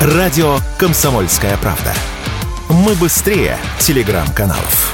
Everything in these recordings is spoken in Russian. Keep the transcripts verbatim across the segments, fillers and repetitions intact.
Радио «Комсомольская правда». Мы быстрее телеграм-каналов.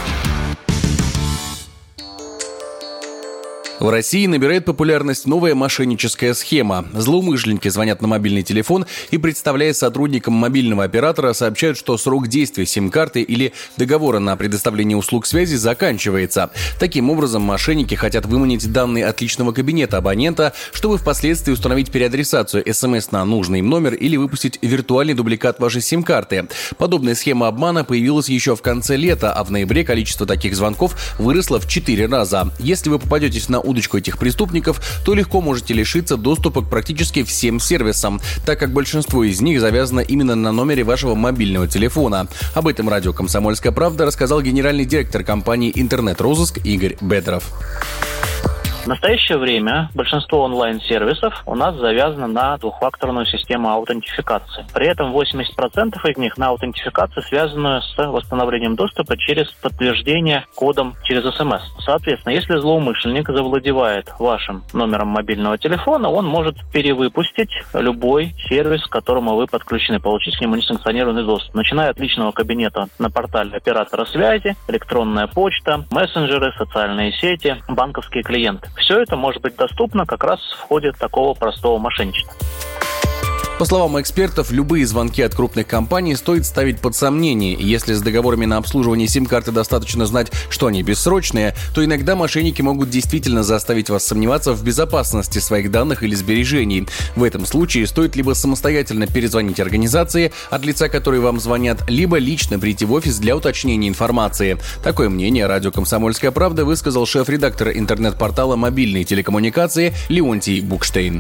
В России набирает популярность новая мошенническая схема. Злоумышленники звонят на мобильный телефон и, представляясь сотрудником мобильного оператора, сообщают, что срок действия сим-карты или договора на предоставление услуг связи заканчивается. Таким образом, мошенники хотят выманить данные от личного кабинета абонента, чтобы впоследствии установить переадресацию смс на нужный им номер или выпустить виртуальный дубликат вашей сим-карты. Подобная схема обмана появилась еще в конце лета, а в ноябре количество таких звонков выросло в четыре раза. Если вы попадетесь на удочку этих преступников, то легко можете лишиться доступа к практически всем сервисам, так как большинство из них завязано именно на номере вашего мобильного телефона. Об этом радио «Комсомольская правда» рассказал генеральный директор компании «Интернет-розыск» Игорь Бедров. В настоящее время большинство онлайн-сервисов у нас завязано на двухфакторную систему аутентификации. При этом восемьдесят процентов из них на аутентификацию, связанную с восстановлением доступа через подтверждение кодом через СМС. Соответственно, если злоумышленник завладевает вашим номером мобильного телефона, он может перевыпустить любой сервис, к которому вы подключены, получить к нему несанкционированный доступ. Начиная от личного кабинета на портале оператора связи, электронная почта, мессенджеры, социальные сети, банковские клиенты. Все это может быть доступно как раз в ходе такого простого мошенничества. По словам экспертов, любые звонки от крупных компаний стоит ставить под сомнение. Если с договорами на обслуживание сим-карты достаточно знать, что они бессрочные, то иногда мошенники могут действительно заставить вас сомневаться в безопасности своих данных или сбережений. В этом случае стоит либо самостоятельно перезвонить организации, от лица которой вам звонят, либо лично прийти в офис для уточнения информации. Такое мнение радио «Комсомольская правда» высказал шеф-редактор интернет-портала «Мобильные телекоммуникации» Леонтий Букштейн.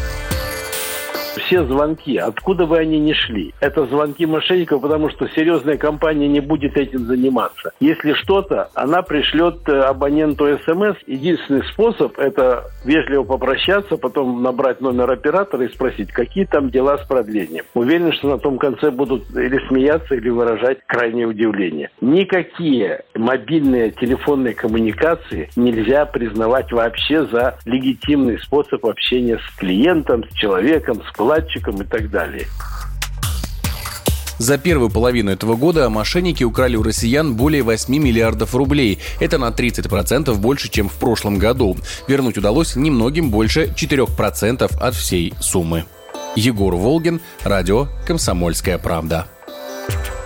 Все звонки, откуда бы они ни шли, это звонки мошенников, потому что серьезная компания не будет этим заниматься. Если что-то, она пришлет абоненту СМС. Единственный способ – это вежливо попрощаться, потом набрать номер оператора и спросить, какие там дела с продлением. Уверен, что на том конце будут или смеяться, или выражать крайнее удивление. Никакие мобильные телефонные коммуникации нельзя признавать вообще за легитимный способ общения с клиентом, с человеком, с вкладчиком и так далее. За первую половину этого года мошенники украли у россиян более восемь миллиардов рублей. Это на тридцать процентов больше, чем в прошлом году. Вернуть удалось немногим больше четыре процента от всей суммы. Егор Волгин, радио «Комсомольская правда».